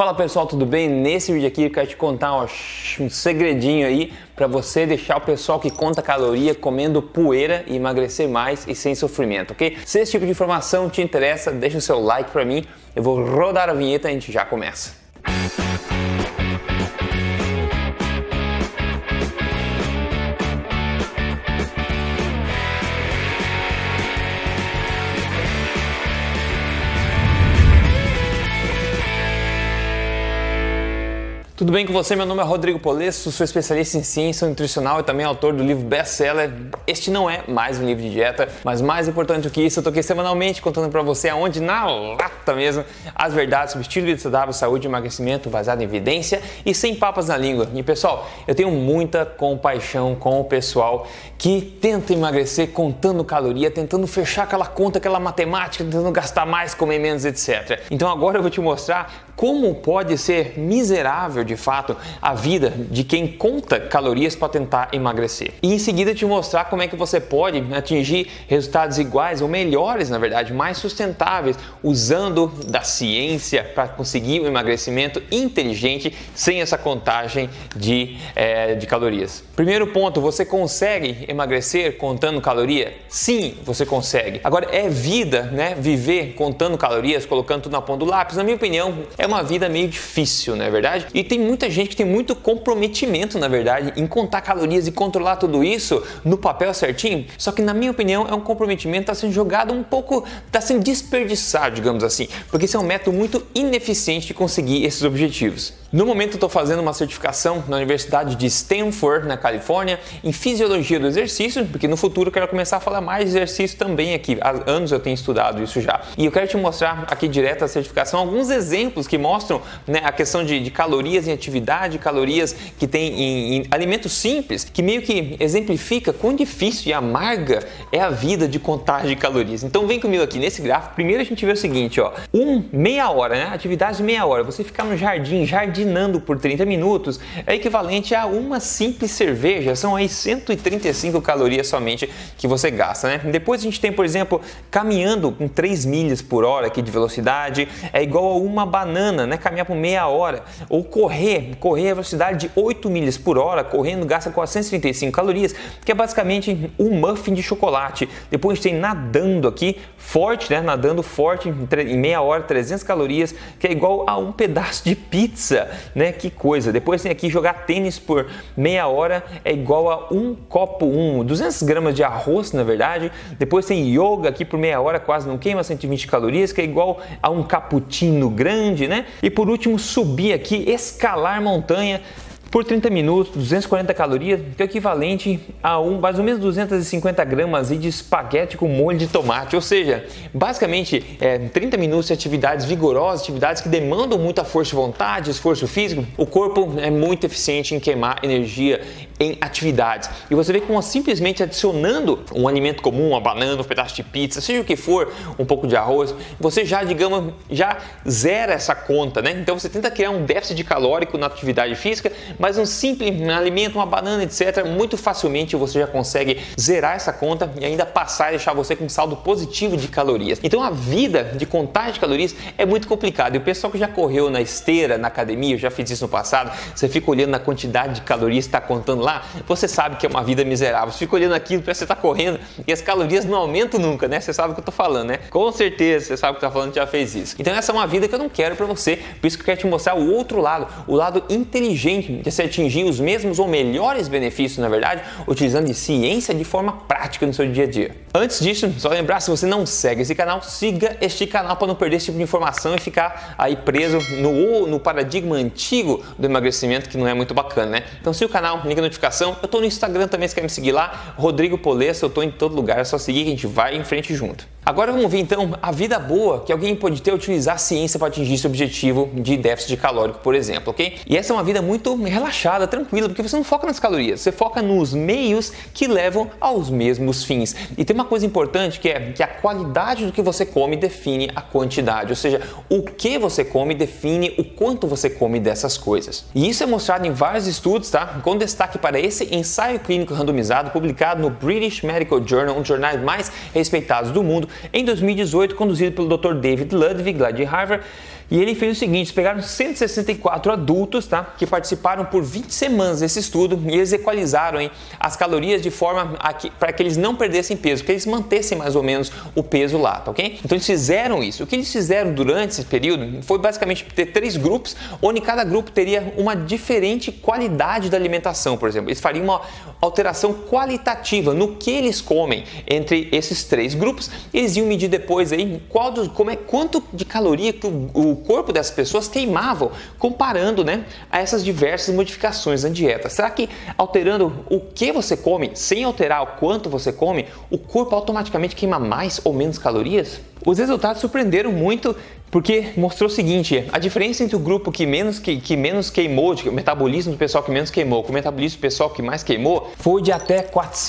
Fala pessoal, tudo bem? Nesse vídeo aqui eu quero te contar um segredinho aí para você deixar o pessoal que conta caloria comendo poeira e emagrecer mais e sem sofrimento, ok? Se esse tipo de informação te interessa, deixa o seu like para mim, eu vou rodar a vinheta e a gente já começa. Tudo bem com você? Meu nome é Rodrigo Polesso, sou especialista em ciência nutricional e também autor do livro best-seller. Este não é mais um livro de dieta, mas mais importante do que isso, eu tô aqui semanalmente contando pra você aonde, na lata mesmo, as verdades sobre estilo de vida saudável, saúde e emagrecimento baseado em evidência e sem papas na língua. E pessoal, eu tenho muita compaixão com o pessoal que tenta emagrecer contando caloria, tentando fechar aquela conta, aquela matemática, tentando gastar mais, comer menos, etc. Então agora eu vou te mostrar como pode ser miserável de fato a vida de quem conta calorias para tentar emagrecer. E em seguida te mostrar como é que você pode atingir resultados iguais ou melhores, na verdade, mais sustentáveis, usando da ciência para conseguir um emagrecimento inteligente sem essa contagem de calorias. Primeiro ponto, você consegue emagrecer contando caloria? Sim, você consegue. Agora, é vida, né? Viver contando calorias, colocando tudo na ponta do lápis, na minha opinião, é uma vida meio difícil, não é verdade? E tem muita gente que tem muito comprometimento, na verdade, em contar calorias e controlar tudo isso no papel certinho. Só que, na minha opinião, é um comprometimento que está sendo jogado um pouco, está sendo desperdiçado, digamos assim, porque esse é um método muito ineficiente de conseguir esses objetivos. No momento, eu estou fazendo uma certificação na Universidade de Stanford, na Califórnia, em fisiologia do exercício, porque no futuro eu quero começar a falar mais de exercício também aqui. Há anos eu tenho estudado isso já. E eu quero te mostrar aqui direto a certificação alguns exemplos que mostram, né, a questão de calorias em atividade, calorias que tem em alimentos simples, que meio que exemplifica quão difícil e amarga é a vida de contagem de calorias. Então vem comigo aqui nesse gráfico. Primeiro a gente vê o seguinte, ó, meia hora, né? Atividade de meia hora. Você ficar no jardim, jardinando por 30 minutos é equivalente a uma simples cerveja. São aí 135 calorias somente que você gasta, né? Depois a gente tem, por exemplo, caminhando com 3 milhas por hora aqui de velocidade, é igual a uma banana, né? Caminhar por meia hora. Ou correr a velocidade de 8 milhas por hora, correndo gasta 435 calorias, que é basicamente um muffin de chocolate. Depois a gente tem nadando aqui, forte, né? Nadando forte em meia hora, 300 calorias, que é igual a um pedaço de pizza, né? Que coisa. Depois tem aqui jogar tênis por meia hora, é igual a um copo, 200 gramas de arroz, na verdade. Depois tem yoga aqui por meia hora, quase não queima, 120 calorias, que é igual a um cappuccino grande, né? E por último, subir aqui, escalar montanha por 30 minutos, 240 calorias, que é o equivalente a mais ou menos 250 gramas de espaguete com molho de tomate. Ou seja, basicamente 30 minutos de atividades vigorosas, atividades que demandam muita força de vontade, esforço físico. O corpo é muito eficiente em queimar energia em atividades. E você vê como simplesmente adicionando um alimento comum, uma banana, um pedaço de pizza, seja o que for, um pouco de arroz, você já, digamos, já zera essa conta, né? Então você tenta criar um déficit calórico na atividade física, mas um simples alimento, uma banana, etc., muito facilmente você já consegue zerar essa conta e ainda passar e deixar você com um saldo positivo de calorias. Então a vida de contagem de calorias é muito complicada. E o pessoal que já correu na esteira, na academia, eu já fiz isso no passado, você fica olhando na quantidade de calorias que está contando lá, você sabe que é uma vida miserável. Você fica olhando aquilo para você estar correndo e as calorias não aumentam nunca, né? Você sabe o que eu tô falando, né? Com certeza você sabe o que eu tô falando, já fez isso. Então essa é uma vida que eu não quero para você, por isso que eu quero te mostrar o outro lado, o lado inteligente de você atingir os mesmos ou melhores benefícios, na verdade, utilizando de ciência de forma prática no seu dia a dia. Antes disso, só lembrar, se você não segue esse canal, siga este canal para não perder esse tipo de informação e ficar aí preso no paradigma antigo do emagrecimento, que não é muito bacana, né? Então siga o canal, liga a notificação. Eu tô no Instagram também, se quer me seguir lá, Rodrigo Polesso, eu tô em todo lugar, é só seguir que a gente vai em frente junto. Agora vamos ver então a vida boa que alguém pode ter ao utilizar a ciência para atingir esse objetivo de déficit calórico, por exemplo, ok? E essa é uma vida muito relaxada, tranquila, porque você não foca nas calorias, você foca nos meios que levam aos mesmos fins. E tem uma coisa importante que é que a qualidade do que você come define a quantidade, ou seja, o que você come define o quanto você come dessas coisas. E isso é mostrado em vários estudos, tá? Com destaque para esse ensaio clínico randomizado publicado no British Medical Journal, um dos jornais mais respeitados do mundo, em 2018, conduzido pelo Dr. David Ludwig, lá de Harvard, E ele fez o seguinte, eles pegaram 164 adultos, tá, que participaram por 20 semanas desse estudo e eles equalizaram as calorias de forma para que eles não perdessem peso, que eles mantessem mais ou menos o peso lá, tá ok? Então eles fizeram isso. O que eles fizeram durante esse período foi basicamente ter 3 grupos, onde cada grupo teria uma diferente qualidade da alimentação, por exemplo. Eles fariam uma alteração qualitativa no que eles comem entre esses 3 grupos. Eles iam medir depois aí quanto de caloria que o corpo dessas pessoas queimavam, comparando, né, a essas diversas modificações na dieta. Será que alterando o que você come, sem alterar o quanto você come, o corpo automaticamente queima mais ou menos calorias? Os resultados surpreenderam muito, porque mostrou o seguinte, a diferença entre o grupo que menos queimou, o metabolismo do pessoal que menos queimou, com o metabolismo do pessoal que mais queimou, foi de até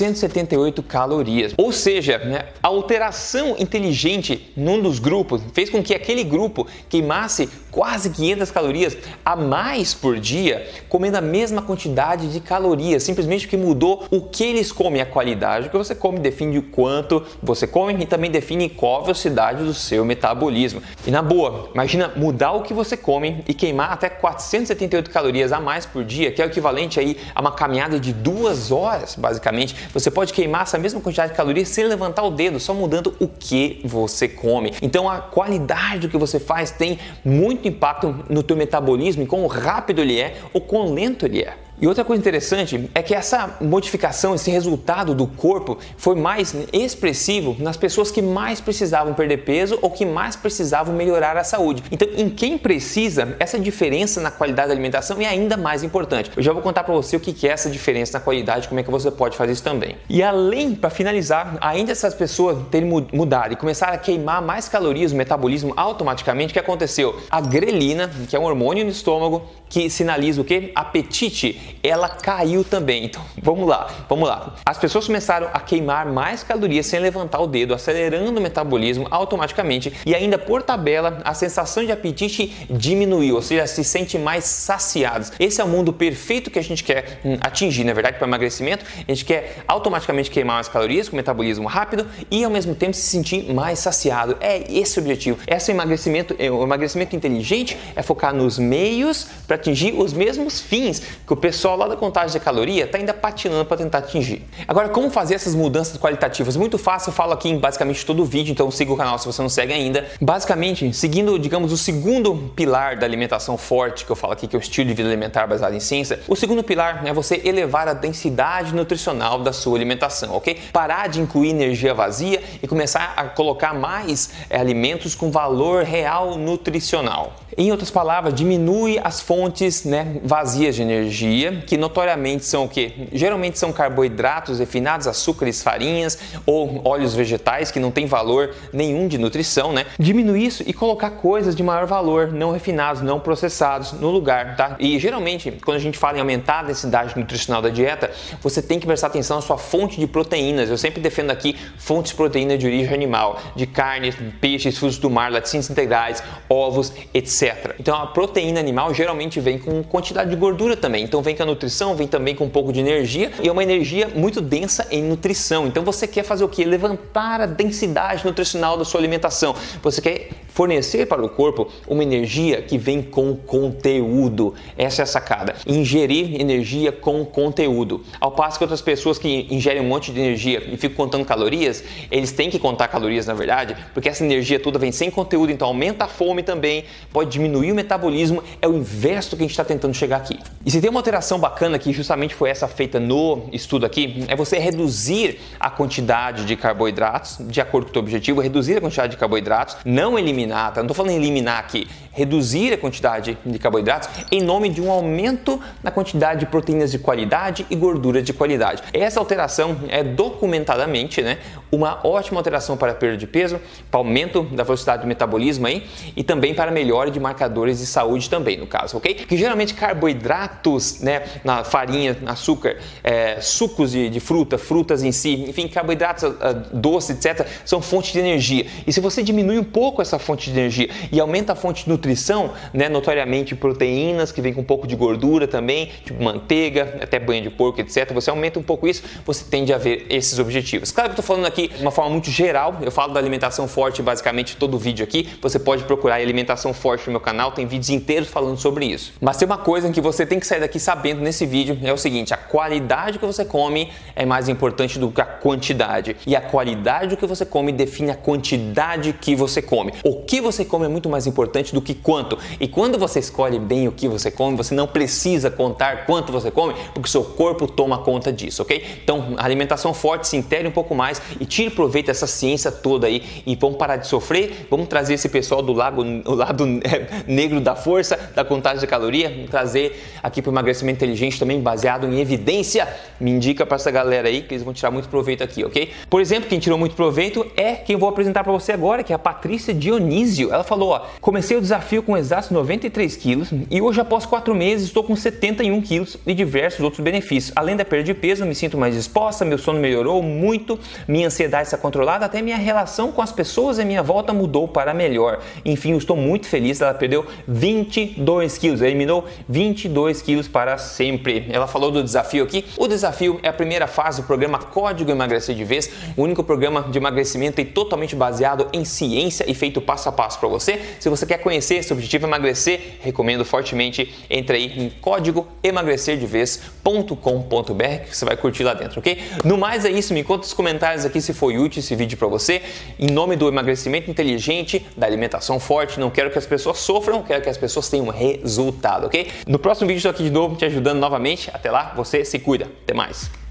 478 calorias. Ou seja, né, a alteração inteligente num dos grupos fez com que aquele grupo queimasse quase 500 calorias a mais por dia, comendo a mesma quantidade de calorias, simplesmente porque mudou o que eles comem. A qualidade que você come define o quanto você come e também define qual a velocidade do seu metabolismo. E na boa, imagina mudar o que você come e queimar até 478 calorias a mais por dia, que é o equivalente aí a uma caminhada de 2 horas, basicamente. Você pode queimar essa mesma quantidade de calorias sem levantar o dedo, só mudando o que você come. Então a qualidade do que você faz tem muito impacto no teu metabolismo, em quão rápido ele é ou quão lento ele é. E outra coisa interessante é que essa modificação, esse resultado do corpo foi mais expressivo nas pessoas que mais precisavam perder peso ou que mais precisavam melhorar a saúde. Então, em quem precisa, essa diferença na qualidade da alimentação é ainda mais importante. Eu já vou contar para você o que é essa diferença na qualidade, como é que você pode fazer isso também. E além, para finalizar, ainda essas pessoas terem mudado e começaram a queimar mais calorias no metabolismo automaticamente, o que aconteceu? A grelina, que é um hormônio no estômago, que sinaliza o quê? Apetite, ela caiu também. Então, vamos lá. As pessoas começaram a queimar mais calorias sem levantar o dedo, acelerando o metabolismo automaticamente e ainda por tabela, a sensação de apetite diminuiu, ou seja, se sente mais saciados. Esse é o mundo perfeito que a gente quer atingir, na verdade, para emagrecimento. A gente quer automaticamente queimar mais calorias com metabolismo rápido e ao mesmo tempo se sentir mais saciado. É esse o objetivo. O emagrecimento inteligente é focar nos meios para atingir os mesmos fins que o pessoal lá da contagem de caloria está ainda patinando para tentar atingir. Agora, como fazer essas mudanças qualitativas? Muito fácil, eu falo aqui em basicamente todo o vídeo, então siga o canal se você não segue ainda. Basicamente, seguindo, digamos, o segundo pilar da alimentação forte, que eu falo aqui, que é o estilo de vida alimentar baseado em ciência, o segundo pilar é você elevar a densidade nutricional da sua alimentação, ok? Parar de incluir energia vazia e começar a colocar mais alimentos com valor real nutricional. Em outras palavras, diminui as fontes, né, vazias de energia, que notoriamente são o quê? Geralmente são carboidratos refinados, açúcares, farinhas ou óleos vegetais que não tem valor nenhum de nutrição, né? Diminuir isso e colocar coisas de maior valor, não refinados, não processados no lugar, tá? E geralmente, quando a gente fala em aumentar a densidade nutricional da dieta, você tem que prestar atenção na sua fonte de proteínas. Eu sempre defendo aqui fontes de proteína de origem animal, de carne, peixes, frutos do mar, laticínios integrais, ovos, etc. Então a proteína animal geralmente vem com quantidade de gordura também, então vem com a nutrição, vem também com um pouco de energia e é uma energia muito densa em nutrição. Então você quer fazer o que? Levantar a densidade nutricional da sua alimentação. Você quer fornecer para o corpo uma energia que vem com conteúdo. Essa é a sacada. Ingerir energia com conteúdo. Ao passo que outras pessoas que ingerem um monte de energia e ficam contando calorias, eles têm que contar calorias na verdade, porque essa energia toda vem sem conteúdo, então aumenta a fome também, pode diminuir o metabolismo, é o inverso do que a gente está tentando chegar aqui. E se tem uma alteração bacana que justamente foi essa feita no estudo aqui, é você reduzir a quantidade de carboidratos, de acordo com o teu objetivo, reduzir a quantidade de carboidratos, não eliminar, tá? Não estou falando em eliminar aqui, reduzir a quantidade de carboidratos em nome de um aumento na quantidade de proteínas de qualidade e gordura de qualidade. Essa alteração é documentadamente, né, uma ótima alteração para a perda de peso, para aumento da velocidade do metabolismo aí, e também para melhora de marcadores de saúde também, no caso, ok? Que geralmente carboidratos, né, na farinha, açúcar, sucos de fruta, frutas em si, enfim, carboidratos doces, etc., são fontes de energia. E se você diminui um pouco essa fonte fonte de energia e aumenta a fonte de nutrição, né, notoriamente proteínas que vem com um pouco de gordura também, tipo manteiga, até banha de porco, etc. Você aumenta um pouco isso, você tende a ver esses objetivos. Claro que eu estou falando aqui de uma forma muito geral, eu falo da alimentação forte basicamente todo vídeo aqui, você pode procurar alimentação forte no meu canal, tem vídeos inteiros falando sobre isso. Mas tem uma coisa que você tem que sair daqui sabendo nesse vídeo, é o seguinte: a qualidade que você come é mais importante do que a quantidade, e a qualidade do que você come define a quantidade que você come. O que você come é muito mais importante do que quanto, e quando você escolhe bem o que você come, você não precisa contar quanto você come, porque seu corpo toma conta disso, ok? Então, a alimentação forte, se intere um pouco mais e tire proveito dessa ciência toda aí, e vamos parar de sofrer, vamos trazer esse pessoal do lado negro da força, da contagem de caloria, trazer aqui para o emagrecimento inteligente também, baseado em evidência. Me indica para essa galera aí que eles vão tirar muito proveito aqui, ok? Por exemplo, quem tirou muito proveito é quem eu vou apresentar para você agora, que é a Patrícia Dionísio. Ela falou, ó: comecei o desafio com exatos 93 quilos e hoje, após 4 meses, estou com 71 quilos e diversos outros benefícios. Além da perda de peso, me sinto mais disposta, meu sono melhorou muito, minha ansiedade está controlada, até minha relação com as pessoas à minha volta mudou para melhor. Enfim, eu estou muito feliz. Ela perdeu 22 quilos, eliminou 22 quilos para sempre. Ela falou do desafio aqui. O desafio é a primeira fase do programa Código Emagrecer de Vez, o único programa de emagrecimento e totalmente baseado em ciência e feito passo a passo para você. Se você quer conhecer esse objetivo emagrecer, recomendo fortemente, entre aí em códigoemagrecerdevez.com.br, que você vai curtir lá dentro, ok? No mais é isso, me conta nos comentários aqui se foi útil esse vídeo para você. Em nome do emagrecimento inteligente, da alimentação forte, não quero que as pessoas sofram, quero que as pessoas tenham resultado, ok? No próximo vídeo estou aqui de novo te ajudando novamente. Até lá, você se cuida. Até mais.